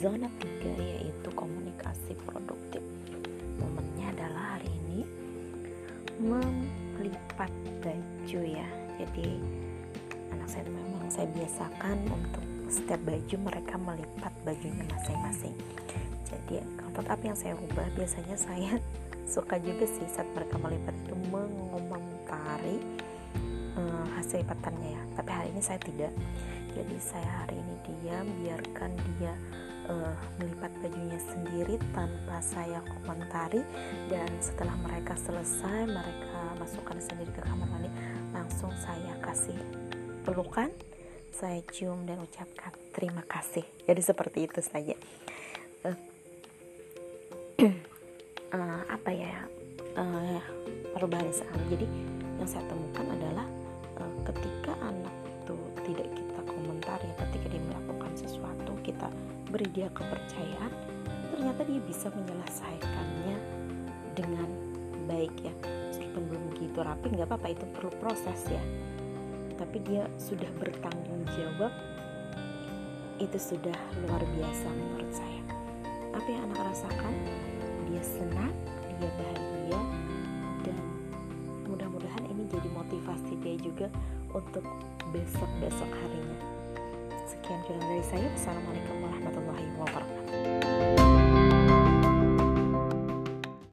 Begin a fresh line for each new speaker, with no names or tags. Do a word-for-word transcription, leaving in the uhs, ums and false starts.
zona tiga, yaitu komunikasi produktif. Momennya adalah hari ini melipat baju ya. Jadi anak saya memang saya biasakan untuk setiap baju mereka melipat bajunya masing-masing. Jadi konten apa yang saya ubah, biasanya saya suka juga sih saat mereka melipat itu mengomentari uh, hasil lipatannya ya. Tapi hari ini saya tidak. Jadi saya hari ini diam, biarkan dia uh, melipat bajunya sendiri tanpa saya komentari. Dan setelah mereka selesai, mereka masukkan sendiri ke kamar mandi, langsung saya kasih pelukan, saya cium dan ucapkan terima kasih. Jadi seperti itu saja. Uh, uh, apa ya uh, perubahan saat. Jadi yang saya temukan adalah uh, ketika anak itu tidak kita komentari, ketika dia melakukan sesuatu kita beri dia kepercayaan, ternyata dia bisa menyelesaikannya dengan baik ya. Meskipun belum begitu rapi, nggak apa-apa, itu perlu proses ya. Tapi dia sudah bertanggung jawab, itu sudah luar biasa menurut saya. Apa yang anak rasakan, dia senang, dia bahagia, dan mudah-mudahan ini jadi motivasi dia juga untuk besok-besok harinya. Sekian film dari saya. Assalamualaikum warahmatullahi wabarakatuh.